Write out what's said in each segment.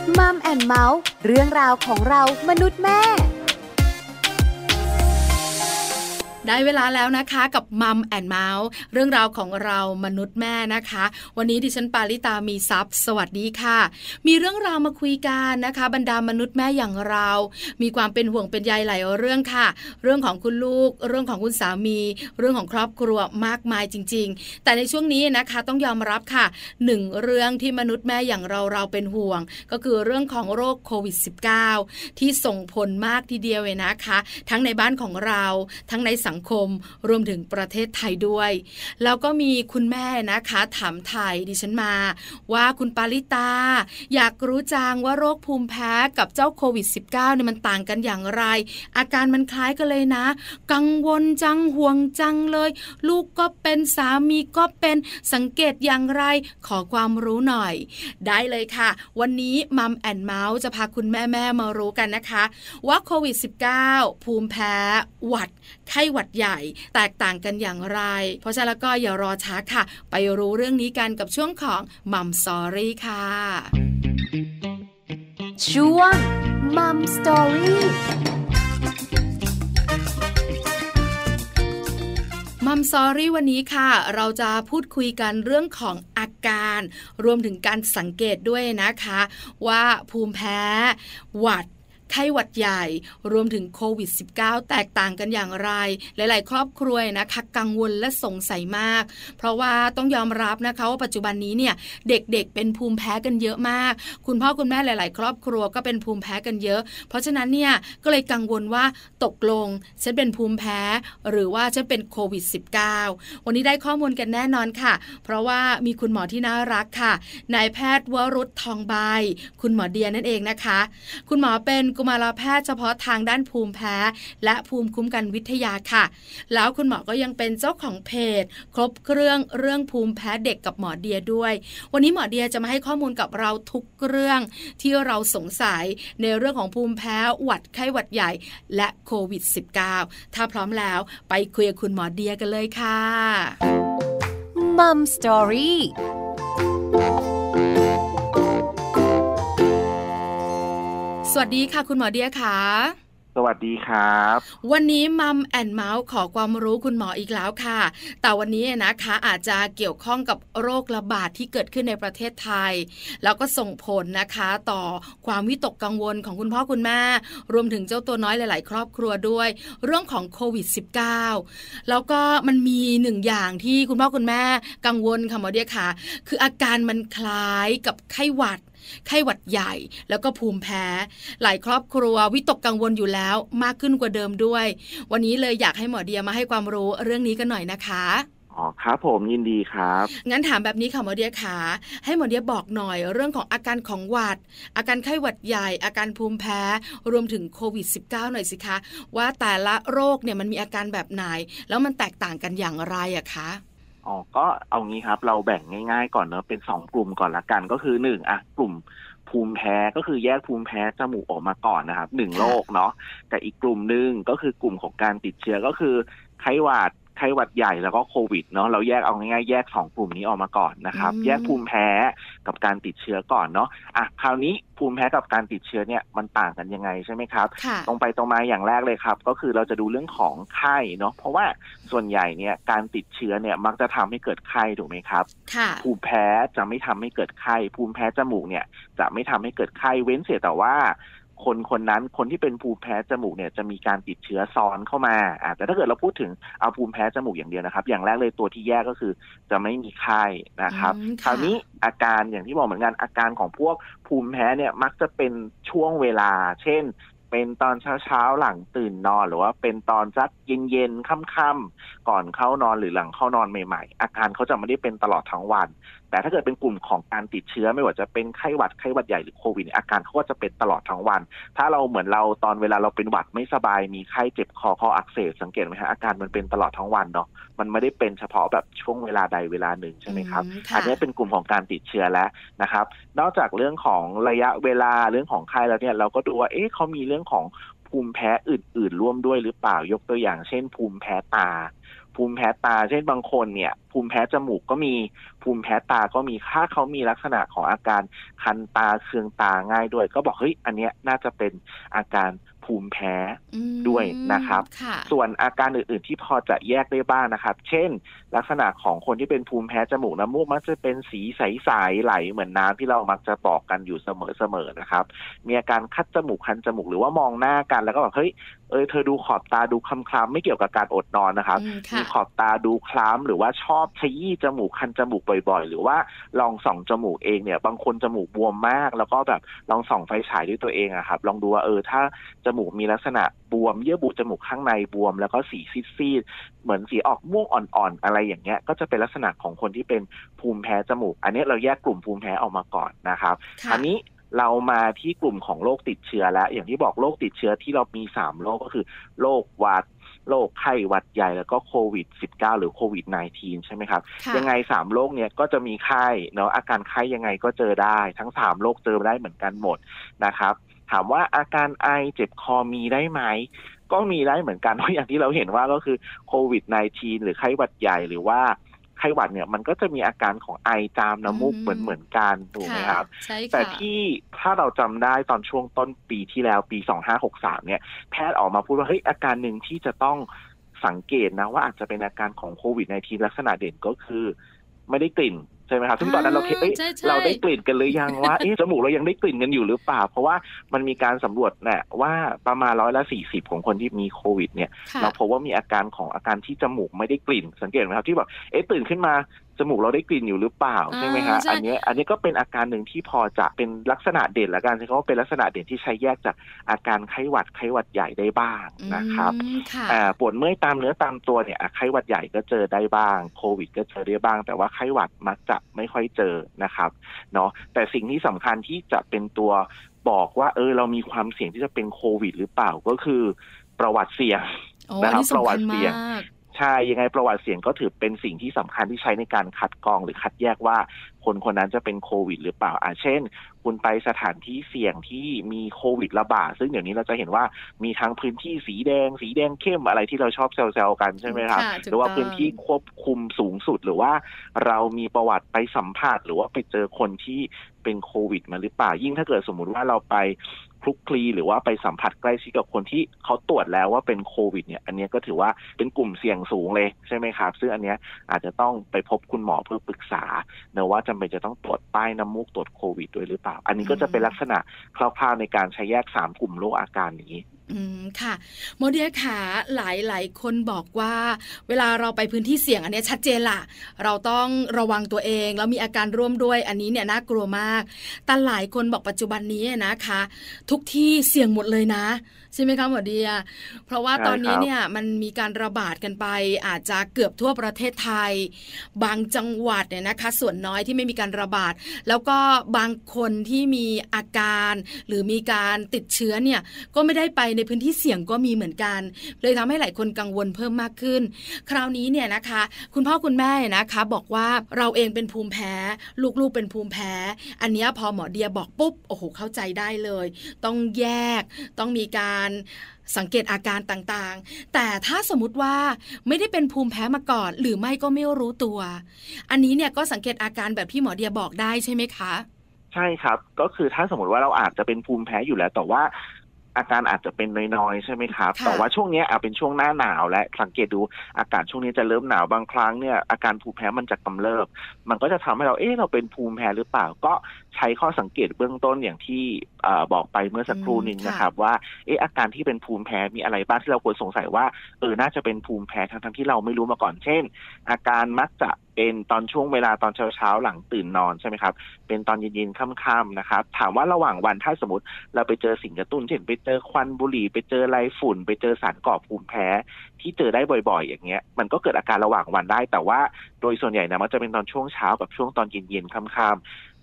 มัมแอนด์เมาส์เรื่องราวของเรามนุษย์แม่ได้เวลาแล้วนะคะกับมัมแอนด์เมาส์เรื่องราวของเรามนุษย์แม่นะคะวันนี้ดิฉันปาริตามีซัพ์สวัสดีค่ะมีเรื่องราวมาคุยกันนะคะบรรดามนุษย์แม่อย่างเรามีความเป็นห่วงเป็นใยหลายเรื่องค่ะเรื่องของคุณลูกเรื่องของคุณสามีเรื่องของครอบครัวมากมายจริงๆแต่ในช่วงนี้นะคะต้องยอมรับค่ะหนึ่งเรื่องที่มนุษย์แม่อย่างเราเป็นห่วงก็คือเรื่องของโรคโควิด -19 ที่ส่งผลมากทีเดียวเลยนะคะทั้งในบ้านของเราทั้งในสังคมรวมถึงประเทศไทยด้วยแล้วก็มีคุณแม่นะคะถามไถ่ดิฉันมาว่าคุณปาริตาอยากรู้จังว่าโรคภูมิแพ้กับเจ้าโควิด -19 เนี่ยมันต่างกันอย่างไรอาการมันคล้ายกันเลยนะกังวลจังห่วงจังเลยลูกก็เป็นสามีก็เป็นสังเกตอย่างไรขอความรู้หน่อยได้เลยค่ะวันนี้มัมแอนด์เมาส์จะพาคุณแม่มารู้กันนะคะว่าโควิด -19 ภูมิแพ้หวัดไข้หวัดใหญ่แตกต่างกันอย่างไรเพราะฉะนั้นแล้วก็อย่ารอช้าค่ะไปรู้เรื่องนี้กันกับช่วงของมัมสตอรี่ค่ะช่วงมัมสตอรี่มัมสตอรี่วันนี้ค่ะเราจะพูดคุยกันเรื่องของอาการรวมถึงการสังเกตด้วยนะคะว่าภูมิแพ้หวัดไข้หวัดใหญ่รวมถึงโควิด -19 แตกต่างกันอย่างไรหลายๆครอบครัวนะคะกังวลและสงสัยมากเพราะว่าต้องยอมรับนะคะว่าปัจจุบันนี้เนี่ยเด็กๆเป็นภูมิแพ้กันเยอะมากคุณพ่อคุณแม่หลายๆครอบครัวก็เป็นภูมิแพ้กันเยอะเพราะฉะนั้นเนี่ยก็เลยกังวลว่าตกลงฉันเป็นภูมิแพ้หรือว่าฉันเป็นโควิด -19 วันนี้ได้ข้อมูลกันแน่นอนค่ะเพราะว่ามีคุณหมอที่น่ารักค่ะนายแพทย์วรุษทองใบคุณหมอเดียนั่นเองนะคะคุณหมอเป็นกุมารแพทย์เฉพาะทางด้านภูมิแพ้และภูมิคุ้มกันวิทยาค่ะแล้วคุณหมอก็ยังเป็นเจ้าของเพจครบเครื่องภูมิแพ้เด็กกับหมอเดียด้วยวันนี้หมอเดียจะมาให้ข้อมูลกับเราทุกเรื่องที่เราสงสัยในเรื่องของภูมิแพ้หวัดไข้หวัดใหญ่และโควิด -19 ถ้าพร้อมแล้วไปคุยกับคุณหมอเดียกันเลยค่ะมัมสตอรี่สวัสดีค่ะคุณหมอเดียค่ะสวัสดีครับวันนี้มัมแอนด์เมาส์ขอความรู้คุณหมออีกแล้วค่ะแต่วันนี้นะคะอาจจะเกี่ยวข้องกับโรคระบาดที่เกิดขึ้นในประเทศไทยแล้วก็ส่งผลนะคะต่อความวิตกกังวลของคุณพ่อคุณแม่รวมถึงเจ้าตัวน้อยหลายๆครอบครัวด้วยเรื่องของโควิด -19 แล้วก็มันมีหนึ่งอย่างที่คุณพ่อคุณแม่กังวลค่ะหมอเดียค่ะคืออาการมันคล้ายกับไข้หวัดใหญ่แล้วก็ภูมิแพ้หลายครอบครัววิตกกังวลอยู่แล้วมากขึ้นกว่าเดิมด้วยวันนี้เลยอยากให้หมอเดียมาให้ความรู้เรื่องนี้กันหน่อยนะคะอ๋อครับผมยินดีครับงั้นถามแบบนี้ค่ะหมอเดียขาให้หมอเดียบอกหน่อยเรื่องของอาการของหวัดอาการไข้หวัดใหญ่อาการภูมิแพ้รวมถึงโควิด -19 หน่อยสิคะว่าแต่ละโรคเนี่ยมันมีอาการแบบไหนแล้วมันแตกต่างกันอย่างไรอะคะอ๋อก็เอางี้ครับเราแบ่งง่ายๆก่อนเนอะเป็น2กลุ่มก่อนละกันก็คือ1กลุ่มภูมิแพ้ก็คือแยกภูมิแพ้จมูกออกมาก่อนนะครับ1โรคเนาะแต่อีกกลุ่มนึงก็คือกลุ่มของการติดเชื้อก็คือไข้หวัดใหญ่แล้วก็โควิดเนาะเราแยกเอาง่ายๆแยก2กลุ่มนี้ออกมาก่อนนะครับแยกภูมิแพ้กับการติดเชื้อก่อนเนาะคราวนี้ภูมิแพ้กับการติดเชื้อเนี่ยมันต่างกันยังไงใช่ไหมครับตรงไปตรงมาอย่างแรกเลยครับก็คือเราจะดูเรื่องของไข้เนาะเพราะว่าส่วนใหญ่เนี่ยการติดเชื้อเนี่ยมักจะทำให้เกิดไข้ถูกไหมครับภูมิแพ้จะไม่ทำให้เกิดไข้ภูมิแพ้จมูกเนี่ยจะไม่ทำให้เกิดไข้เว้นเสียแต่ว่าคนนั้นคนที่เป็นภูมิแพ้จมูกเนี่ยจะมีการติดเชื้อซ้อนเข้ามาแต่ถ้าเกิดเราพูดถึงเอาภูมิแพ้จมูกอย่างเดียวนะครับอย่างแรกเลยตัวที่แยกก็คือจะไม่มีไข้นะครับคราวนี้อาการอย่างที่บอกเหมือนกันอาการของพวกภูมิแพ้เนี่ยมักจะเป็นช่วงเวลาเช่นเป็นตอนเช้าหลังตื่นนอนหรือว่าเป็นตอนสักเย็นค่ำๆก่อนเข้านอนหรือหลังเข้านอนใหม่ๆอาการเขาจะไม่ได้เป็นตลอดทั้งวันแต่ถ้าเกิดเป็นกลุ่มของการติดเชื้อไม่ว่าจะเป็นไข้หวัดใหญ่หรือโควิดอาการเขาก็จะเป็นตลอดทั้งวันถ้าเราเหมือนเราตอนเวลาเราเป็นหวัดไม่สบายมีไข้เจ็บคออักเสบสังเกตไหมฮะอาการมันเป็นตลอดทั้งวันเนาะมันไม่ได้เป็นเฉพาะแบบช่วงเวลาใดเวลาหนึ่งใช่ไหมครับอันนี้เป็นกลุ่มของการติดเชื้อแล้วนะครับนอกจากเรื่องของระยะเวลาเรื่องของไข้แล้วเนี่ยเราก็ดูว่าเขามีเรื่องของภูมิแพ้อื่นๆร่วมด้วยหรือเปล่ายกตัวอย่างเช่นภูมิแพ้ตาภูมิแพ้ตาเช่นบางคนเนี่ยภูมิแพ้จมูกก็มีภูมิแพ้ตาก็มีถ้าเขามีลักษณะของอาการคันตาเคืองตาง่ายด้วยก็บอกเฮ้ยอันเนี้ยน่าจะเป็นอาการภูมิแพ้ด้วยนะครับส่วนอาการอื่นๆที่พอจะแยกได้บ้างนะครับเช่นลักษณะของคนที่เป็นภูมิแพ้จมูกน้ำมูกมักจะเป็นสีใสๆไหลเหมือนน้ำที่เรามักจะบอกกันอยู่เสมอๆนะครับมีอาการคัดจมูกคันจมูกหรือว่ามองหน้ากันแล้วก็แบบเฮ้ยเธอดูขอบตาดูคล้ำๆไม่เกี่ยวกับการอดนอนนะครับมีขอบตาดูคล้ำหรือว่าชอบขยี้จมูกคันจมูกบ่อยๆหรือว่าลองส่องจมูกเองเนี่ยบางคนจมูกบวมมากแล้วก็แบบลองส่องไฟฉายด้วยตัวเองอะครับลองดูว่าถ้าจมูกมีลักษณะบวมเยื่อบุจมูกข้างในบวมแล้วก็สีซีดๆเหมือนสีออกม่วงอ่อนๆอะไรอย่างเงี้ยก็จะเป็นลักษณะของคนที่เป็นภูมิแพ้จมูกอันนี้เราแยกกลุ่มภูมิแพ้ออกมาก่อนนะครับอันนี้เรามาที่กลุ่มของโรคติดเชื้อแล้วอย่างที่บอกโรคติดเชื้อที่เรามี3โรคก็คือโรคหวัดโรคไข้หวัดใหญ่แล้วก็โควิด -19 หรือโควิด -19 ใช่ไหมครับยังไง3โรคเนี้ยก็จะมีไข้เนาะอาการไข้ยังไงก็เจอได้ทั้ง3โรคเจอได้เหมือนกันหมดนะครับถามว่าอาการไอเจ็บคอมีได้ไหมก็มีได้เหมือนกันเพราะอย่างที่เราเห็นว่าก็คือโควิด -19 หรือไข้หวัดใหญ่หรือว่าไข้หวัดเนี่ยมันก็จะมีอาการของไอจามน้ำมูกเหมือนกันถูกไหมครับแต่ที่ถ้าเราจำได้ตอนช่วงต้นปีที่แล้วปี2563เนี่ยแพทย์ออกมาพูดว่าเฮ้ยอาการหนึ่งที่จะต้องสังเกตนะว่าอาจจะเป็นอาการของโควิด-19 ลักษณะเด่นก็คือไม่ได้กลิ่นใช่ไหมครับซึ่งตอนนั้นเราคิดเราได้กลิ่นกันหรือยังว่าจมูกเรายังได้กลิ่นกันอยู่หรือเปล่าเพราะว่ามันมีการสำรวจเนี่ยว่าประมาณ40%ของคนที่มีโควิดเนี่ยเราพบว่ามีอาการที่จมูกไม่ได้กลิ่นสังเกตไหมครับที่แบบตื่นขึ้นมาจมูกเราได้กลิ่นอยู่หรือเปล่าใช่ไหมฮะอันนี้ก็เป็นอาการหนึ่งที่พอจะเป็นลักษณะเด่นละกันใช่ไหมว่าเป็นลักษณะเด่นที่ใช้แยกจากอาการไข้หวัดใหญ่ได้บ้างนะครับปวดเมื่อยตามเนื้อตามตัวเนี่ยไข้หวัดใหญ่ก็เจอได้บ้างโควิดก็เจอได้บ้างแต่ว่าไข้หวัดมักจะไม่ค่อยเจอนะครับเนาะแต่สิ่งที่สำคัญที่จะเป็นตัวบอกว่าเรามีความเสี่ยงที่จะเป็นโควิดหรือเปล่าก็คือประวัติเสี่ยงนะครับประวัติเสี่ยงใช่ยังไงประวัติเสี่ยงก็ถือเป็นสิ่งที่สำคัญที่ใช้ในการคัดกรองหรือคัดแยกว่าคนนั้นจะเป็นโควิดหรือเปล่าเช่นคุณไปสถานที่เสี่ยงที่มีโควิดระบาดซึ่งเดี๋ยวนี้เราจะเห็นว่ามีทั้งพื้นที่สีแดงเข้มอะไรที่เราชอบแซวๆกันใช่ไหมครับหรือว่าพื้นที่ควบคุมสูงสุดหรือว่าเรามีประวัติไปสัมผัสหรือว่าไปเจอคนที่เป็นโควิดมาหรือเปล่ายิ่งถ้าเกิดสมมุติว่าเราไปคลุกคลีหรือว่าไปสัมผัสใกล้ชิดกับคนที่เขาตรวจแล้วว่าเป็นโควิดเนี่ยอันนี้ก็ถือว่าเป็นกลุ่มเสี่ยงสูงเลยใช่ไหมครับซึ่งอันนี้อาจจะต้องไปพบคุณหมอเพื่อปรึกษานะว่าจำเป็นจะต้องตรวจป้ายน้ำมูกตรวจโควิดด้วยหรือเปล่าอันนี้ก็จะเป็นลักษณะคร่าวๆในการใช้แยก3กลุ่มโรคอาการนี้ค่ะโมเดียขาหลายคนบอกว่าเวลาเราไปพื้นที่เสี่ยงอันนี้ชัดเจนล่ะเราต้องระวังตัวเองแล้วมีอาการร่วมด้วยอันนี้เนี่ยน่ากลัวมากแต่หลายคนบอกปัจจุบันนี้นะคะทุกที่เสี่ยงหมดเลยนะใช่ไหมคะหมอเดียเพราะว่าตอนนี้เนี่ยมันมีการระบาดกันไปอาจจะเกือบทั่วประเทศไทยบางจังหวัดเนี่ยนะคะส่วนน้อยที่ไม่มีการระบาดแล้วก็บางคนที่มีอาการหรือมีการติดเชื้อเนี่ยก็ไม่ได้ไปในพื้นที่เสี่ยงก็มีเหมือนกันเลยทำให้หลายคนกังวลเพิ่มมากขึ้นคราวนี้เนี่ยนะคะคุณพ่อคุณแม่นะคะบอกว่าเราเองเป็นภูมิแพ้ลูกๆเป็นภูมิแพ้อันนี้พอหมอเดียบอกปุ๊บโอ้โหเข้าใจได้เลยต้องแยกต้องมีการสังเกตอาการต่างๆแต่ถ้าสมมติว่าไม่ได้เป็นภูมิแพ้มาก่อนหรือไม่ก็ไม่รู้ตัวอันนี้เนี่ยก็สังเกตอาการแบบที่หมอเดียบอกได้ใช่ไหมคะใช่ครับก็คือถ้าสมมติว่าเราอาจจะเป็นภูมิแพ้อยู่แล้วแต่ว่าอาการอาจจะเป็นน้อยๆใช่ไหมครับแต่ว่าช่วงนี้เป็นช่วงหน้าหนาวและสังเกตดูอากาศช่วงนี้จะเริ่มหนาวบางครั้งเนี่ยอาการภูมิแพ้มันจะกำเริบมันก็จะทำให้เราเราเป็นภูมิแพ้หรือเปล่าก็ใช้ข้อสังเกตเบื้องต้นอย่างที่บอกไปเมื่อสักครู่นึงนะครับว่าอาการที่เป็นภูมิแพ้มีอะไรบ้างที่เราควรสงสัยว่าน่าจะเป็นภูมิแพ้ทั้งที่เราไม่รู้มาก่อนเช่นอาการมักจะเป็นตอนช่วงเวลาตอนเช้าหลังตื่นนอนใช่ไหมครับเป็นตอนเย็นๆค่ำๆนะครับถามว่าระหว่างวันถ้าสมมติเราไปเจอสิ่งกระตุ้นเช่นไปเจอควันบุหรี่ไปเจอไรฝุ่นไปเจอสารก่อภูมิแพ้ที่เจอได้บ่อยๆอย่างเงี้ยมันก็เกิดอาการระหว่างวันได้แต่ว่าโดยส่วนใหญ่นะมันจะเป็นตอนช่วงเช้ากับช่วงตอนเย็นๆค่ำ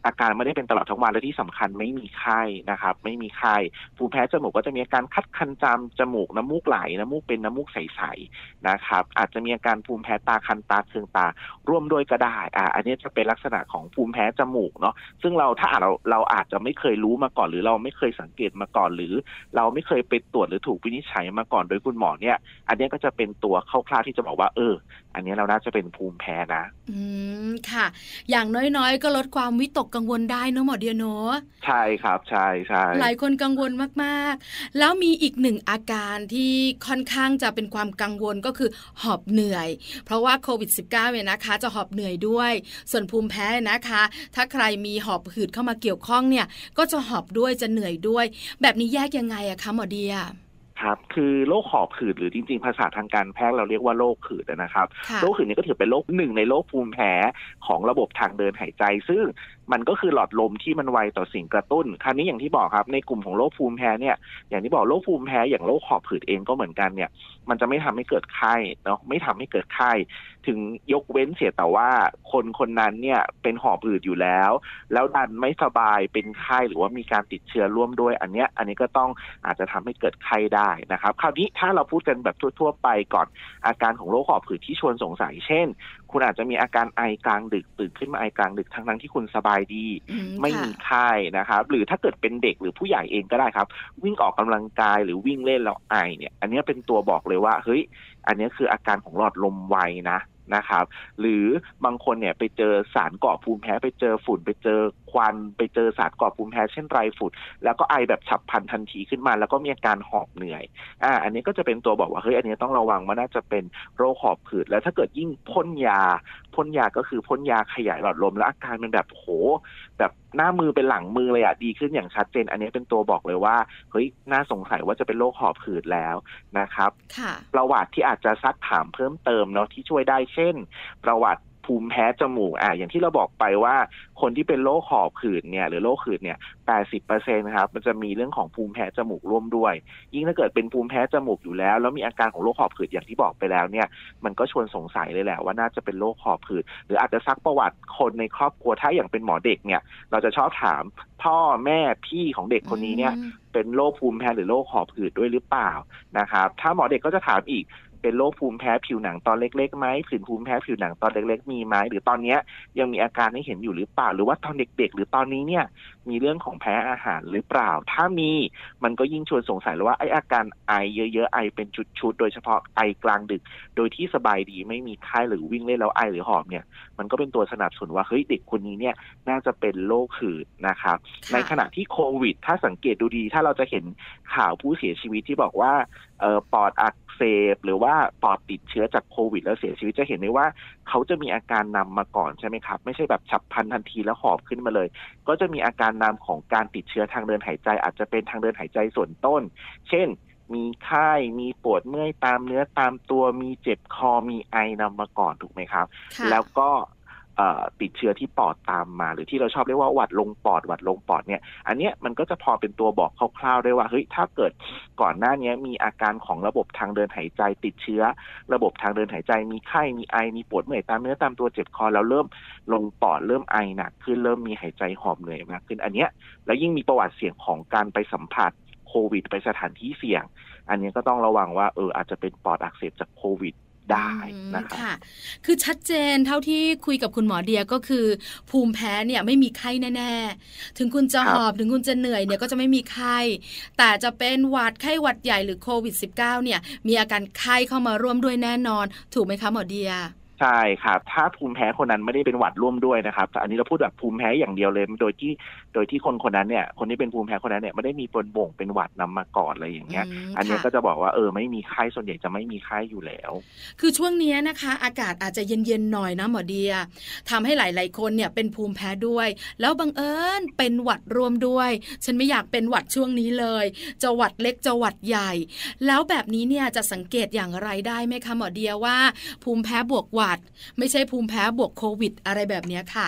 อาการไม่ได้เป็นตลอดทั้งวันและที่สำคัญไม่มีไข้นะครับไม่มีไข้ภูมิแพ้จมูกก็จะมีอาการคัดคันจมูกน้ำมูกไหลน้ำมูกเป็นน้ำมูกใสๆนะครับอาจจะมีอาการภูมิแพ้ตาคันตาเคืองตาร่วมด้วยก็ได้อันนี้จะเป็นลักษณะของภูมิแพ้จมูกเนาะซึ่งถ้าเราอาจจะไม่เคยรู้มาก่อนหรือเราไม่เคยสังเกตมาก่อนหรือเราไม่เคยไปตรวจหรือถูกวินิจฉัยมาก่อนโดยคุณหมอเนี่ยอันนี้ก็จะเป็นตัวคร่าวๆที่จะบอกว่าอันนี้เราน่าจะเป็นภูมิแพ้นะค่ะอย่างน้อยๆก็ลดความวิตกกังวลได้เนอะหมอเดียเนอะใช่ครับใช่ใช่หลายคนกังวลมากๆแล้วมีอีกหนึ่งอาการที่ค่อนข้างจะเป็นความกังวลก็คือหอบเหนื่อยเพราะว่าโควิด -19 เนี่ยนะคะจะหอบเหนื่อยด้วยส่วนภูมิแพ้นะคะถ้าใครมีหอบหืดเข้ามาเกี่ยวข้องเนี่ยก็จะหอบด้วยจะเหนื่อยด้วยแบบนี้แยกยังไงอะคะหมอเดียครับคือโรคหอบหืดหรือจริงๆภาษาทางการแพทย์เราเรียกว่าโรคหืดนะครับโรคหืดนี้ก็ถือเป็นโรคหนึ่งในโรคภูมิแพ้ของระบบทางเดินหายใจซึ่งมันก็คือหลอดลมที่มันไวต่อสิ่งกระตุ้นคราวนี้อย่างที่บอกครับในกลุ่มของโรคภูมิแพ้เนี่ยอย่างที่บอกโรคภูมิแพ้อย่างโรคหอบหืดเองก็เหมือนกันเนี่ยมันจะไม่ทำให้เกิดไข้เนาะไม่ทำให้เกิดไข้ถึงยกเว้นเสียแต่ว่าคนนั้นเนี่ยเป็นหอบหืดอยู่แล้วดันไม่สบายเป็นไข้หรือว่ามีการติดเชื้อร่วมด้วยอันนี้ก็ต้องอาจจะทำให้เกิดไข้ได้นะครับคราวนี้ถ้าเราพูดกันแบบทั่วๆไปก่อนอาการของโรคหอบหืดที่ชวนสงสัยเช่นคุณอาจจะมีอาการไอกลางดึกตื่นขึ้นมาไอกลางดึกทั้งที่คุณสบายดีไม่มีไข้นะครับหรือถ้าเกิดเป็นเด็กหรือผู้ใหญ่เองก็ได้ครับวิ่งออกกำลังกายหรือวิ่งเล่นแล้วไอเนี่ยอันนี้เป็นตัวบอกเลยว่าเฮ้ยอันนี้คืออาการของหลอดลมไวนะครับหรือบางคนเนี่ยไปเจอสารก่อภูมิแพ้ไปเจอฝุ่นไปเจอควันไปเจอสารก่อภูมิแพ้เช่นไรฝุ่นแล้วก็ไอแบบฉับพลันทันทีขึ้นมาแล้วก็มีอาการหอบเหนื่อยอันนี้ก็จะเป็นตัวบอกว่าเฮ้ยอันนี้ต้องระวังว่าน่าจะเป็นโรคหอบหืดแล้วถ้าเกิดยิ่งพ่นยาก็คือพ่นยาขยายหลอดลมแล้วอาการมันแบบโหแบบหน้ามือเป็นหลังมือเลยดีขึ้นอย่างชัดเจนอันนี้เป็นตัวบอกเลยว่าเฮ้ยน่าสงสัยว่าจะเป็นโรคหอบหืดแล้วนะครับประวัติที่อาจจะซักถามเพิ่มเติมเนาะที่ช่วยได้เช่นประวัติภูมิแพ้จมูกอย่างที่เราบอกไปว่าคนที่เป็นโรคหอบหืดเนี่ยหรือโรคหืดเนี่ย 80% นะครับมันจะมีเรื่องของภูมิแพ้จมูกร่วมด้วยยิ่งถ้าเกิดเป็นภูมิแพ้จมูกอยู่แล้วมีอาการของโรคหอบหืดอย่างที่บอกไปแล้วเนี่ยมันก็ชวนสงสัยเลยแหละว่าน่าจะเป็นโรคหอบหืดหรืออาจจะซักประวัติคนในครอบครัวถ้าอย่างเป็นหมอเด็กเนี่ยเราจะชอบถามพ่อแม่พี่ของเด็กคนนี้เนี่ยเป็นโรคภูมิแพ้หรือโรคหอบหืดด้วยหรือเปล่านะครับถ้าหมอเด็กก็จะถามอีกเป็นโรคภูมิแพ้ผิวหนังตอนเล็กๆไหมผื่นภูมิแพ้ผิวหนังตอนเล็กๆมีไหมหรือตอนนี้ยังมีอาการให้เห็นอยู่หรือเปล่าหรือว่าตอนเด็กๆหรือตอนนี้เนี่ยมีเรื่องของแพ้อาหารหรือเปล่าถ้ามีมันก็ยิ่งชวนสงสัยเลยว่าไออาการไอเยอะๆไอเป็นชุดๆโดยเฉพาะไอกลางดึกโดยที่สบายดีไม่มีไข้หรือวิ่งเล่นแล้วไอหรือหอบเนี่ยมันก็เป็นตัวสนับสนุนว่าเฮ้ยเด็กคนนี้เนี่ยน่าจะเป็นโรคหืดนะครับในขณะที่โควิดถ้าสังเกตดูดีถ้าเราจะเห็นข่าวผู้เสียชีวิตที่บอกว่าปอดอักเสบหรือว่าปอดติดเชื้อจากโควิดแล้วเสียชีวิตจะเห็นได้ว่าเขาจะมีอาการนำมาก่อนใช่ไหมครับไม่ใช่แบบฉับพลันทันทีแล้วหอบขึ้นมาเลยก็จะมีอาการนำของการติดเชื้อทางเดินหายใจอาจจะเป็นทางเดินหายใจส่วนต้นเช่นมีไข้มีปวดเมื่อยตามเนื้อตามตัวมีเจ็บคอมีไอนำมาก่อนถูกไหมครับแล้วก็ติดเชื้อที่ปอดตามมาหรือที่เราชอบเรียกว่าหวัดลงปอดเนี่ยอันเนี้ยมันก็จะพอเป็นตัวบอกคร่าวๆได้ว่าเฮ้ยถ้าเกิดก่อนหน้านี้มีอาการของระบบทางเดินหายใจติดเชื้อระบบทางเดินหายใจมีไข้มีไอมีปวดเมื่อยตามเนื้อตามตัวเจ็บคอแล้วเริ่มลงปอดเริ่มไอหนักขึ้นเริ่มมีหายใจหอบเหนื่อยมากขึ้นอันเนี้ยแล้วยิ่งมีประวัติเสี่ยงของการไปสัมผัสโควิดไปสถานที่เสี่ยงอันนี้ก็ต้องระวังว่าอาจจะเป็นปอดอักเสบจากโควิดได้นะคะคือชัดเจนเท่าที่คุยกับคุณหมอเดียก็คือภูมิแพ้เนี่ยไม่มีไข้แน่ๆถึงคุณจะหอบถึงคุณจะเหนื่อยเนี่ยก็จะไม่มีไข้แต่จะเป็นหวัดไข้หวัดใหญ่หรือโควิด -19 เนี่ยมีอาการไข้เข้ามาร่วมด้วยแน่นอนถูกไหมคะหมอเดียใช่ครับถ้าภูมิแพ้คนนั้นไม่ได้เป็นหวัดร่วมด้วยนะครับแต่อันนี้เราพูดแบบภูมิแพ้อย่างเดียวเลยโดยที่คนนั้นเนี่ยคนที่เป็นภูมิแพ้คนนั้นเนี่ยไม่ได้มีปนบ่งเป็นหวัดนำมาก่อนอะไรอย่างเงี้ยอันนี้ก็จะบอกว่าไม่มีไข้ส่วนใหญ่จะไม่มีไข้อยู่แล้วคือช่วงนี้นะคะอากาศอาจจะเย็นๆหน่อยนะหมอเดียทำให้หลายๆคนเนี่ยเป็นภูมิแพ้ด้วยแล้วบังเอิญเป็นหวัดรวมด้วยฉันไม่อยากเป็นหวัดช่วงนี้เลยจะหวัดเล็กจะหวัดใหญ่แล้วแบบนี้เนี่ยจะสังเกตอย่างไรได้ไหมคะหมอเดียว่าภูมิแพ้บวกหวัดไม่ใช่ภูมิแพ้บวกโควิดอะไรแบบนี้ค่ะ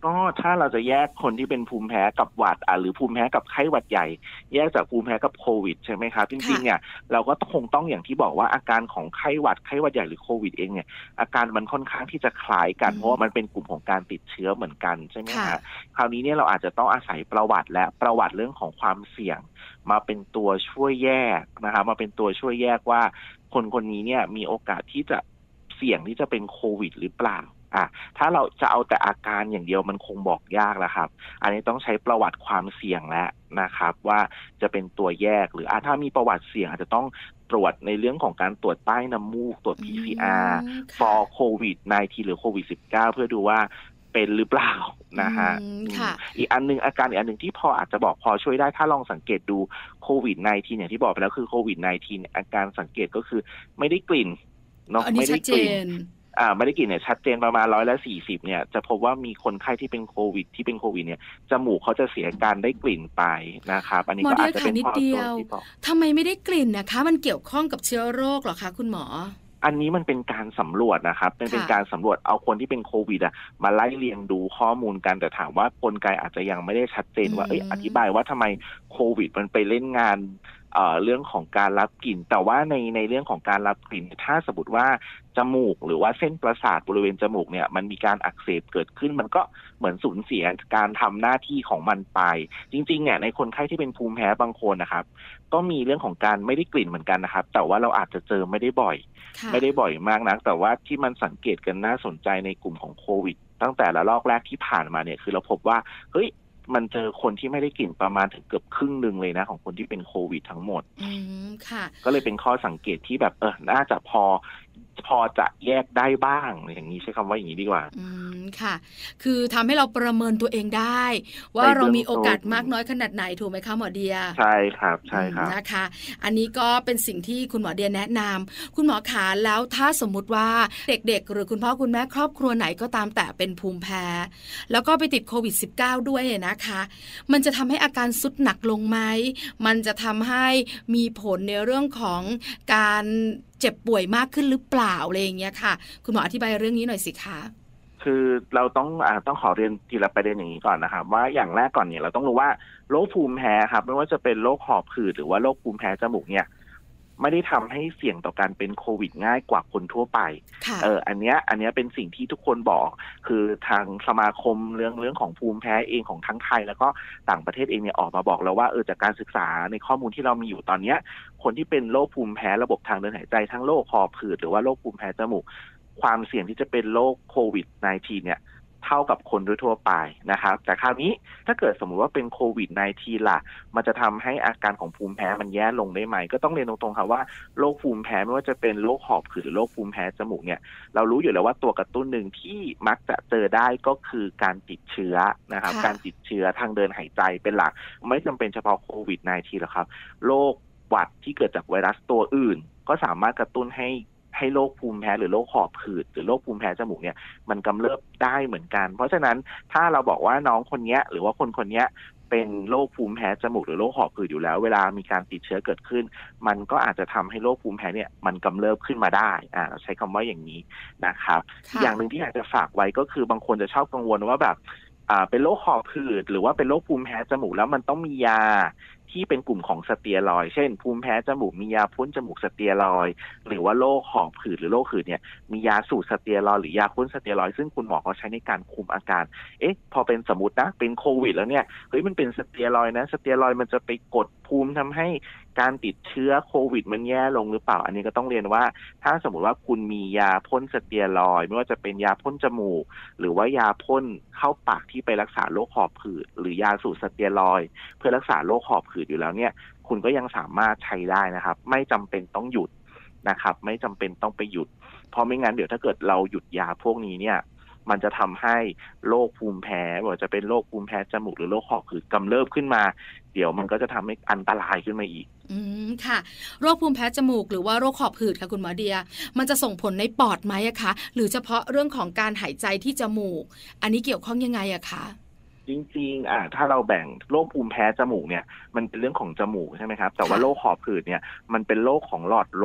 ก็ถ้าเราจะแยกคนที่เป็นภูมิแพ้กับหวัดหรือภูมิแพ้กับไข้หวัดใหญ่แยกจากภูมิแพ้กับโควิดใช่ไหมครับจริงๆเนี่ยเราก็คงต้องอย่างที่บอกว่าอาการของไข้หวัดใหญ่หรือโควิดเองเนี่ยอาการมันค่อนข้างที่จะคล้ายกันเพราะว่ามันเป็นกลุ่มของการติดเชื้อเหมือนกันใช่ไหมครับคราวนี้เนี่ยเราอาจจะต้องอาศัยประวัติเรื่องของความเสี่ยงมาเป็นตัวช่วยแยกนะครับมาเป็นตัวช่วยแยกว่าคนนี้เนี่ยมีโอกาสที่จะเสี่ยงที่จะเป็นโควิดหรือเปล่าถ้าเราจะเอาแต่อาการอย่างเดียวมันคงบอกยากแล้วครับอันนี้ต้องใช้ประวัติความเสี่ยงแล้วนะครับว่าจะเป็นตัวแยกหรือถ้ามีประวัติเสี่ยงอาจจะต้องตรวจในเรื่องของการตรวจใต้น้ำมูกตรวจ PCR for COVID-19 หรือโควิด -19 เพื่อดูว่าเป็นหรือเปล่านะฮะอีกอันนึงอาการอีกอันนึงที่พออาจจะบอกพอช่วยได้ถ้าลองสังเกตดูโควิด -19 อย่างที่บอกไปแล้วคือโควิด -19 อาการสังเกตก็คือไม่ได้กลิ่นเนาะไม่ได้กลิ่นไม่ได้กลิ่นเนี่ยชัดเจนประมาณ40%เนี่ยจะพบว่ามีคนไข้ที่เป็นโควิดเนี่ยจมูกเขาจะเสียการได้กลิ่นไปนะครับอันนี้ก็อาจจะเป็นข้อตัวที่บอกทำไมไม่ได้กลิ่นนะคะมันเกี่ยวข้องกับเชื้อโรคเหรอคะคุณหมออันนี้มันเป็นการสำรวจนะครับเป็นการสำรวจเอาคนที่เป็นโควิดมาไล่เรียงดูข้อมูลกันแต่ถามว่ากลไกอาจจะยังไม่ได้ชัดเจนว่าอธิบายว่าทำไมโควิดมันไปเล่นงานเรื่องของการรับกลิ่นแต่ว่าในเรื่องของการรับกลิ่นถ้าสมมติว่าจมูกหรือว่าเส้นประสาทบริเวณจมูกเนี่ยมันมีการอักเสบเกิดขึ้นมันก็เหมือนสูญเสียการทำหน้าที่ของมันไปจริงๆเนี่ยในคนไข้ที่เป็นภูมิแพ้บางคนนะครับก็มีเรื่องของการไม่ได้กลิ่นเหมือนกันนะครับแต่ว่าเราอาจจะเจอไม่ได้บ่อยมากนักแต่ว่าที่มันสังเกตกันน่าสนใจในกลุ่มของโควิดตั้งแต่ละลอกแรกที่ผ่านมาเนี่ยคือเราพบว่าเฮ้ยมันเจอคนที่ไม่ได้กลิ่นประมาณถึงเกือบครึ่งนึงเลยนะของคนที่เป็นโควิดทั้งหมดค่ะก็เลยเป็นข้อสังเกตที่แบบน่าจะพอจะแยกได้บ้างอย่างนี้ใช้คำว่าอย่างนี้ดีกว่าค่ะคือทำให้เราประเมินตัวเองได้ว่าเรามีโอกาสมากน้อยขนาดไหนถูกไหมคะหมอเดียใช่ครับนะคะอันนี้ก็เป็นสิ่งที่คุณหมอเดียแนะนำคุณหมอขาแล้วถ้าสมมุติว่าเด็กๆหรือคุณพ่อคุณแม่ครอบครัวไหนก็ตามแต่เป็นภูมิแพ้แล้วก็ไปติดโควิด -19 ด้วยนะคะมันจะทำให้อาการสุดหนักลงไหมมันจะทำให้มีผลในเรื่องของการเจ็บป่วยมากขึ้นหรือเปล่าอะไรอย่างเงี้ยค่ะคุณหมออธิบายเรื่องนี้หน่อยสิคะคือเราต้องขอเรียนทีละประเด็นอย่างนี้ก่อนนะครับว่าอย่างแรกก่อนเนี่ยเราต้องรู้ว่าโรคภูมิแพ้ครับไม่ว่าจะเป็นโรคหอบหืดหรือว่าโรคภูมิแพ้จมูกเนี่ยไม่ได้ทำให้เสี่ยงต่อการเป็นโควิดง่ายกว่าคนทั่วไปอันเนี้ยเป็นสิ่งที่ทุกคนบอกคือทางสมาคมเรื่องของภูมิแพ้เองของทั้งไทยแล้วก็ต่างประเทศเองเนี่ยออกมาบอกแล้วว่าจากการศึกษาในข้อมูลที่เรามีอยู่ตอนเนี้ยคนที่เป็นโรคภูมิแพ้ระบบทางเดินหายใจทั้งโรคหอบหืดหรือว่าโรคภูมิแพ้จมูกความเสี่ยงที่จะเป็นโรคโควิด -19 เนี่ยเท่ากับคนทั่วไปนะครับแต่คราวนี้ถ้าเกิดสมมุติว่าเป็นโควิด -19 ล่ะมันจะทำให้อาการของภูมิแพ้มันแย่ลงได้ไหมก็ต้องเรียนตรงๆครับว่าโรคภูมิแพ้ไม่ว่าจะเป็นโรคหอบหืดหรือโรคภูมิแพ้จมูกเนี่ยเรารู้อยู่แล้วว่าตัวกระตุ้นหนึ่งที่มักจะเจอได้ก็คือการติดเชื้อนะครับการติดเชื้อทางเดินหายใจเป็นหลักไม่จำเป็นเฉพาะโควิด -19 หรอกครับโรคหวัดที่เกิดจากไวรัสตัวอื่นก็สามารถกระตุ้นให้โรคภูมิแพ้หรือโรคหอบหืดหรือโรคภูมิแพ้จมูกเนี่ยมันกำเริบได้เหมือนกันเพราะฉะนั้นถ้าเราบอกว่าน้องคนนี้หรือว่าคนนี้เป็นโรคภูมิแพ้จมูกหรือโรคหอบหืดอยู่แล้วเวลามีการติดเชื้อเกิดขึ้นมันก็อาจจะทำให้โรคภูมิแพ้เนี่ยมันกำเริบขึ้นมาได้เราใช้คำว่าอย่างนี้นะครับอย่างหนึ่งที่อยากจะฝากไว้ก็คือบางคนจะชอบกังวลว่าแบบเป็นโรคหอบหืดหรือว่าเป็นโรคภูมิแพ้จมูกแล้วมันต้องมียาที่เป็นกลุ่มของสเตียรอยด์เช่นภูมิแพ้จมูกมียาพ่นจมูกสเตียรอยด์หรือว่าโรคหอบหืดหรือโรคหืดเนี่ยมียาสูตรสเตียรอยด์หรือยาพ่นสเตียรอยด์ซึ่งคุณหมอเขาใช้ในการคุมอาการพอเป็นสมมตินะเป็นโควิดแล้วเนี่ยมันเป็นสเตียรอยด์นะสเตียรอยด์มันจะไปกดภูมิทำให้การติดเชื้อโควิดมันแย่ลงหรือเปล่าอันนี้ก็ต้องเรียนว่าถ้าสมมติว่าคุณมียาพ่นสเตียรอยด์ไม่ว่าจะเป็นยาพ่นจมูกหรือว่ายาพ่นเข้าปากที่ไปรักษาโรคหอบหืดหรือยาสูตรสเตียรอยด์เพื่อรักษาโรคหอบหืดอยู่แล้วเนี่ยคุณก็ยังสามารถใช้ได้นะครับไม่จำเป็นต้องหยุดนะครับไม่จำเป็นต้องไปหยุดเพราะไม่งั้นเดี๋ยวถ้าเกิดเราหยุดยาพวกนี้เนี่ยมันจะทำให้โรคภูมิแพ้ไม่ว่าจะเป็นโรคภูมิแพ้จมูกหรือโรคหอบหืดกำเริบขึ้นมาเดี๋ยวมันก็จะทำให้อันตรายขึ้นมาอีกค่ะโรคภูมิแพ้จมูกหรือว่าโรคหอบหืดค่ะคุณหมอเดียมันจะส่งผลในปอดไหมอะคะหรือเฉพาะเรื่องของการหายใจที่จมูกอันนี้เกี่ยวข้องยังไงอะคะจริงๆถ้าเราแบ่งโรคภูมิแพ้จมูกเนี่ยมันเป็นเรื่องของจมูกใช่ไหมครับแต่ว่าโรคหอบหืดเนี่ยมันเป็นโรคของหลอดลม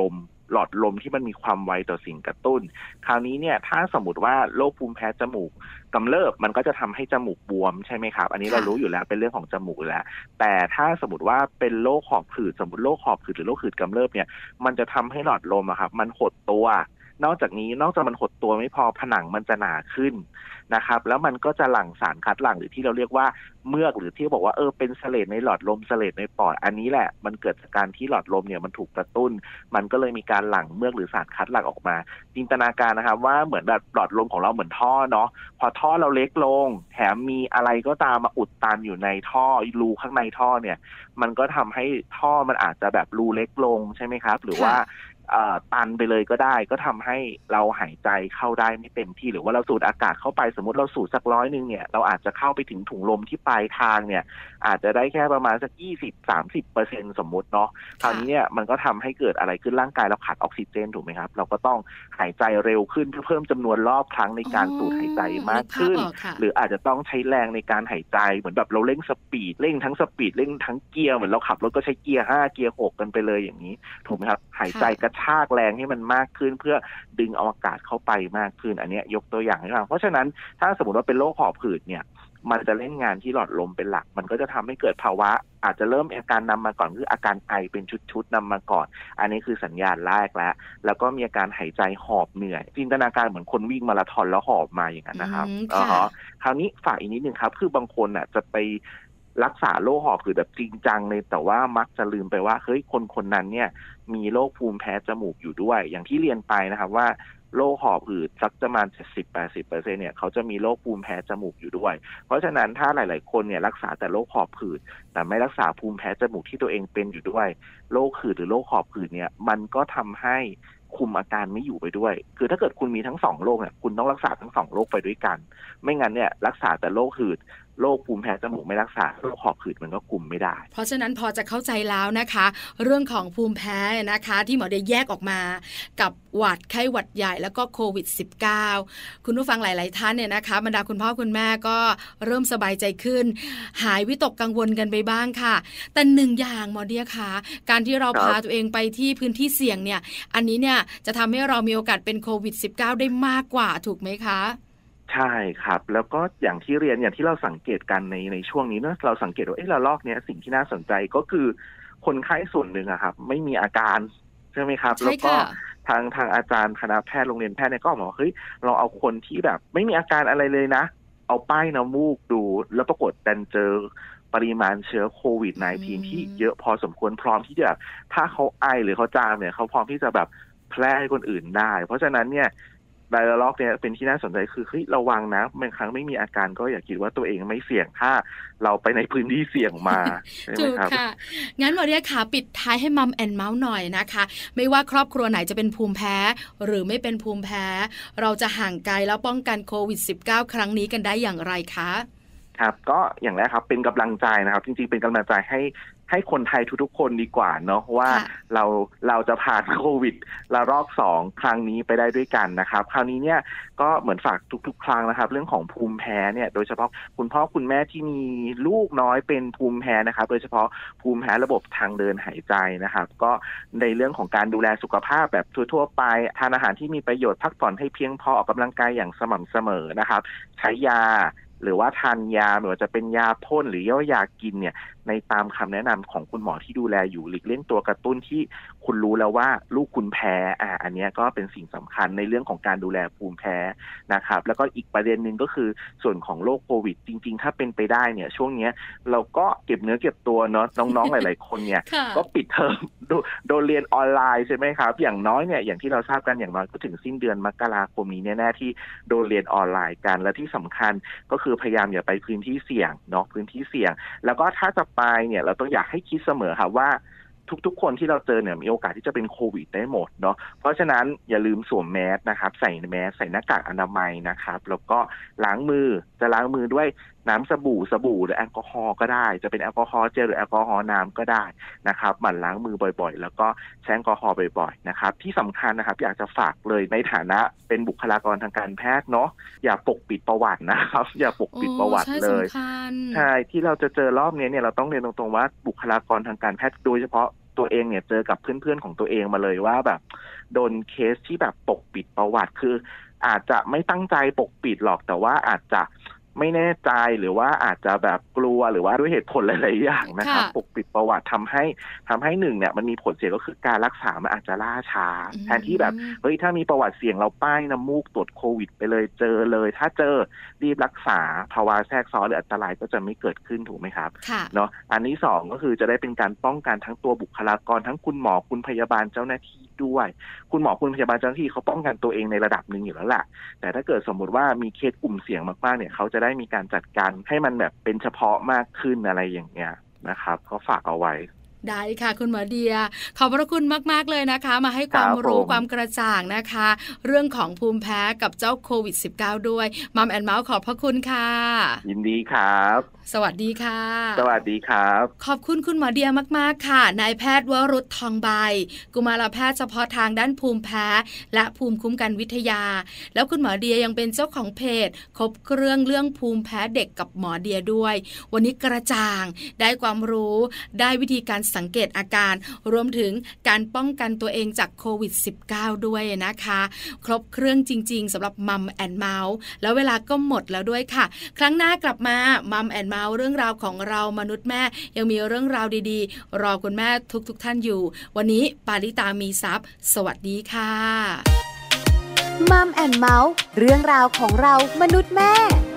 หลอดลมที่มันมีความไวต่อสิ่งกระตุ้นคราวนี้เนี่ยถ้าสมมติว่าโรคภูมิแพ้จมูกกำเริบมันก็จะทำให้จมูกบวมใช่ไหมครับอันนี้เรารู้อยู่แล้วเป็นเรื่องของจมูกแล้วแต่ถ้าสมมติว่าเป็นโรคหอบหืดสมมติโรคหอบหืดหรือโรคหืดกำเริบเนี่ยมันจะทำให้หลอดลมอะครับมันหดตัวนอกจากมันหดตัวไม่พอผนังมันจะหนาขึ้นนะครับแล้วมันก็จะหลั่งสารคัดหลั่งหรือที่เราเรียกว่าเมือกหรือที่บอกว่าเป็นเสลดในหลอดลมเสลดในปอดอันนี้แหละมันเกิดจากการที่หลอดลมเนี่ยมันถูกกระตุ้นมันก็เลยมีการหลั่งเมือกหรือสารคัดหลั่งออกมาจินตนาการนะครับว่าเหมือนแบบหลอดลมของเราเหมือนท่อเนาะพอท่อเราเล็กลงแถมมีอะไรก็ตามมาอุดตันอยู่ในท่อรูข้างในท่อเนี่ยมันก็ทำให้ท่อมันอาจจะแบบรูเล็กลงใช่ไหมครับหรือว่าตันไปเลยก็ได้ก็ทำให้เราหายใจเข้าได้ไม่เต็มที่หรือว่าเราสูดอากาศเข้าไปสมมติเราสูดสัก100นึงเนี่ยเราอาจจะเข้าไปถึงถุงลมที่ปลายทางเนี่ยอาจจะได้แค่ประมาณสัก 20-30% สมมติเนาะคราวนี้เนี่ยมันก็ทำให้เกิดอะไรขึ้นร่างกายเราขาดออกซิเจนถูกไหมครับเราก็ต้องหายใจเร็วขึ้นเพื่อเพิ่มจำนวนรอบครั้งในการสูดหายใจมากขึ้นหรืออาจจะต้องใช้แรงในการหายใจเหมือนแบบเราเร่งสปีดเร่งทั้งสปีดเร่งทั้งเกียร์เหมือนเราขับรถก็ใช้เกียร์5เกียร์6กันไปเลยอย่างนี้ถูกไหมครับหายใจกระชากแรงให้มันมากขึ้นเพื่อดึงเอาอากาศเข้าไปมากขึ้นอันนี้ยกตัวอย่างให้ฟังเพราะฉะนั้นถ้าสมมติว่าเป็นโรคหอบหืดเนี่ยมันจะเล่นงานที่หลอดลมเป็นหลักมันก็จะทำให้เกิดภาวะอาจจะเริ่มอาการนำมาก่อนคืออาการไอเป็นชุดๆนำมาก่อนอันนี้คือสัญญาณแรกแล้วก็มีอาการหายใจหอบเหนื่อยจินตนาการเหมือนคนวิ่งมาราธอนแล้วหอบมาอย่างนั้นนะครับคราวนี้ฝากอีกนิดนึงครับคือบางคนจะไปรักษาโรคหอบหืดแบบจริงจังเลยแต่ว่ามักจะลืมไปว่าเฮ้ยคนนั้นเนี่ยมีโรคภูมิแพ้จมูกอยู่ด้วยอย่างที่เรียนไปนะครับว่าโรคหอบหืดสักประมาณ 70-80% เนี่ยเขาจะมีโรคภูมิแพ้จมูกอยู่ด้วยเพราะฉะนั้นถ้าหลายๆคนเนี่ยรักษาแต่โรคหอบหืดแต่ไม่รักษาภูมิแพ้จมูกที่ตัวเองเป็นอยู่ด้วยโรคหืดหรือโรคหอบหืดเนี่ยมันก็ทำให้คุมอาการไม่อยู่ไปด้วยคือถ้าเกิดคุณมีทั้ง2โรคเนี่ยคุณต้องรักษาทั้ง2โรคไปด้วยกันไม่งั้นเนี่ยรักษาแต่โรคหืดโรคภูมิแพ้จมูกไม่รักษาโรคหอบหืดมันก็คุมไม่ได้เพราะฉะนั้นพอจะเข้าใจแล้วนะคะเรื่องของภูมิแพ้นะคะที่หมอได้แยกออกมากับหวัดไข้หวัดใหญ่แล้วก็โควิด -19 คุณผู้ฟังหลายๆท่านเนี่ยนะคะบรรดาคุณพ่อคุณแม่ก็เริ่มสบายใจขึ้นหายวิตกกังวลกันไปบ้างค่ะแต่หนึ่งอย่างหมอเดียค่ะการที่เราพาตัวเองไปที่พื้นที่เสี่ยงเนี่ยอันนี้เนี่ยจะทำให้เรามีโอกาสเป็นโควิด -19 ได้มากกว่าถูกไหมคะใช่ครับแล้วก็อย่างที่เรียนอย่างที่เราสังเกตกันในช่วงนี้เนอะเราสังเกตว่าระลอกนี้สิ่งที่น่าสนใจก็คือคนไข้ส่วนหนึ่งอะครับไม่มีอาการใช่ไหมครับแล้วก็ทางอาจารย์คณะแพทย์โรงเรียนแพทย์เนี่ยก็บอกเฮ้ยเราเอาคนที่แบบไม่มีอาการอะไรเลยนะเอาป้ายน้ำมูกดูแล้วปรากฏดันเจอปริมาณเชื้อโควิด -19 ที่เยอะพอสมควรพร้อมที่จะถ้าเขาไอหรือเขาจามเนี่ยเขาพร้อมที่จะแบบแพร่ให้คนอื่นได้เพราะฉะนั้นเนี่ยไดอะล็อกเนี่ยเป็นที่น่าสนใจคือเฮ้ยระวังนะบางครั้งไม่มีอาการก็อย่าคิดว่าตัวเองไม่เสี่ยงถ้าเราไปในพื้นที่เสี่ยงมาใช่ไหมครับค่ะงั้นหมอเดียค่ะปิดท้ายให้มัมแอนเมาส์หน่อยนะคะไม่ว่าครอบครัวไหนจะเป็นภูมิแพ้หรือไม่เป็นภูมิแพ้เราจะห่างไกลแล้วป้องกันโควิด -19 ครั้งนี้กันได้อย่างไรคะครับก็อย่างแรกครับเป็นกำลังใจนะครับจริงๆเป็นกำลังใจให้คนไทยทุกๆคนดีกว่าเนาะว่าเราจะผ่านโควิดระลอก2ครั้งนี้ไปได้ด้วยกันนะครับคราวนี้เนี่ยก็เหมือนฝากทุกๆครั้งนะครับเรื่องของภูมิแพ้เนี่ยโดยเฉพาะคุณพ่อคุณแม่ที่มีลูกน้อยเป็นภูมิแพ้นะครับโดยเฉพาะภูมิแพ้ระบบทางเดินหายใจนะครับก็ในเรื่องของการดูแลสุขภาพแบบทั่วๆไปทานอาหารที่มีประโยชน์พักผ่อนให้เพียงพอออกกำลังกายอย่างสม่ำเสมอนะครับใช้ยาหรือว่าทานยาหรือว่าจะเป็นยาพ่นหรือยากินเนี่ยในตามคำแนะนำของคุณหมอที่ดูแลอยู่หลีกเลี่ยงตัวกระตุ้นที่คุณรู้แล้วว่าลูกคุณแพ้อันนี้ก็เป็นสิ่งสำคัญในเรื่องของการดูแลภูมิแพ้นะครับแล้วก็อีกประเด็นหนึ่งก็คือส่วนของโรคโควิดจริงๆถ้าเป็นไปได้เนี่ยช่วงนี้เราก็เก็บเนื้อเก็บตัวเนาะน้องๆหลายๆคนเนี่ย ก็ปิดเทอมโดนเรียนออนไลน์ใช่ไหมครับอย่างน้อยเนี่ยอย่างที่เราทราบกันอย่างน้อยก็ถึงสิ้นเดือนมกราคมนี้แน่ๆที่โดนเรียนออนไลน์กันและที่สำคัญก็คือพยายามอย่าไปพื้นที่เสี่ยงเนาะพื้นที่เสี่ยงแล้วก็ถ้าจะไปเนี่ยเราต้องอยากให้คิดเสมอครับว่าทุกๆคนที่เราเจอเนี่ยมีโอกาสที่จะเป็นโควิดได้หมดเนาะเพราะฉะนั้นอย่าลืมสวมแมสนะครับใส่แมสใส่หน้ากากอนามัยนะครับแล้วก็ล้างมือจะล้างมือด้วยน้ำสบู่หรือแอลกอฮอล์ก็ได้จะเป็นแอลกอฮอล์เจลหรือแอลกอฮอล์น้ำก็ได้นะครับหมั่นล้างมือบ่อยๆแล้วก็ใช้แอลกอฮอล์บ่อยๆนะครับที่สำคัญนะครับอยากจะฝากเลยในฐานะเป็นบุคลากรทางการแพทย์เนาะอย่าปกปิดประวัตินะครับอย่าปกปิดประวัติเลยใช่ที่เราจะเจอรอบนี้เนี่ยเราต้องเรียนตรงๆว่าบุคลากรทางการแพทย์โดยเฉพาะตัวเองเนี่ยเจอกับเพื่อนๆของตัวเองมาเลยว่าแบบโดนเคสที่แบบปกปิดประวัติคืออาจจะไม่ตั้งใจปกปิดหรอกแต่ว่าอาจจะไม่แน่ใจหรือว่าอาจจะแบบกลัวหรือว่าด้วยเหตุผลหลายๆอย่างนะครับปกปิดประวัติทำให้หนึ่งเนี่ยมันมีผลเสียก็คือการรักษามันอาจจะล่าช้าแทนที่แบบเฮ้ยถ้ามีประวัติเสี่ยงเราป้ายน้ำมูกตรวจโควิดไปเลยเจอเลยถ้าเจอรีบรักษาภาวะแทรกซ้อนหรืออันตรายก็จะไม่เกิดขึ้นถูกไหมครับเนาะอันที่สองก็คือจะได้เป็นการป้องกันทั้งตัวบุคลากรทั้งคุณหมอคุณพยาบาลเจ้าหน้าที่ด้วยคุณหมอคุณพยาบาลเจ้าหน้าที่เขาป้องกันตัวเองในระดับหนึ่งอยู่แล้วแหละแต่ถ้าเกิดสมมติว่ามีเคสกลุ่มเสี่ยงมากๆเนี่ยเขาจะได้มีการจัดการให้มันแบบเป็นเฉพาะมากขึ้นอะไรอย่างเงี้ยนะครับก็ฝากเอาไว้ได้ค่ะคุณหมอเดียขอบพระคุณมากๆเลยนะคะมาให้ความรู้ความกระจ่างนะคะเรื่องของภูมิแพ้กับเจ้าโควิด -19 ด้วยมัมแอนด์เมาส์ขอบพระคุณค่ะยินดีครับสวัสดีค่ะสวัสดีครับขอบคุณคุณหมอเดียมากๆค่ะนายแพทย์วรุษทองใบกุมารแพทย์เฉพาะทางด้านภูมิแพ้และภูมิคุ้มกันวิทยาแล้วคุณหมอเดียยังเป็นเจ้าของเพจครบเครื่องภูมิแพ้เด็กกับหมอเดียด้วยวันนี้กระจ่างได้ความรู้ได้วิธีการสังเกตอาการรวมถึงการป้องกันตัวเองจากโควิด -19 ด้วยนะคะครบเครื่องจริงๆสำหรับมัมแอนด์เมาส์แล้วเวลาก็หมดแล้วด้วยค่ะครั้งหน้ากลับมามัมแอนด์เมาส์เรื่องราวของเรามนุษย์แม่ยังมีเรื่องราวดีๆรอคุณแม่ทุกท่านอยู่วันนี้ปาริตามีทรัพย์สวัสดีค่ะมัมแอนด์เมาส์เรื่องราวของเรามนุษย์แม่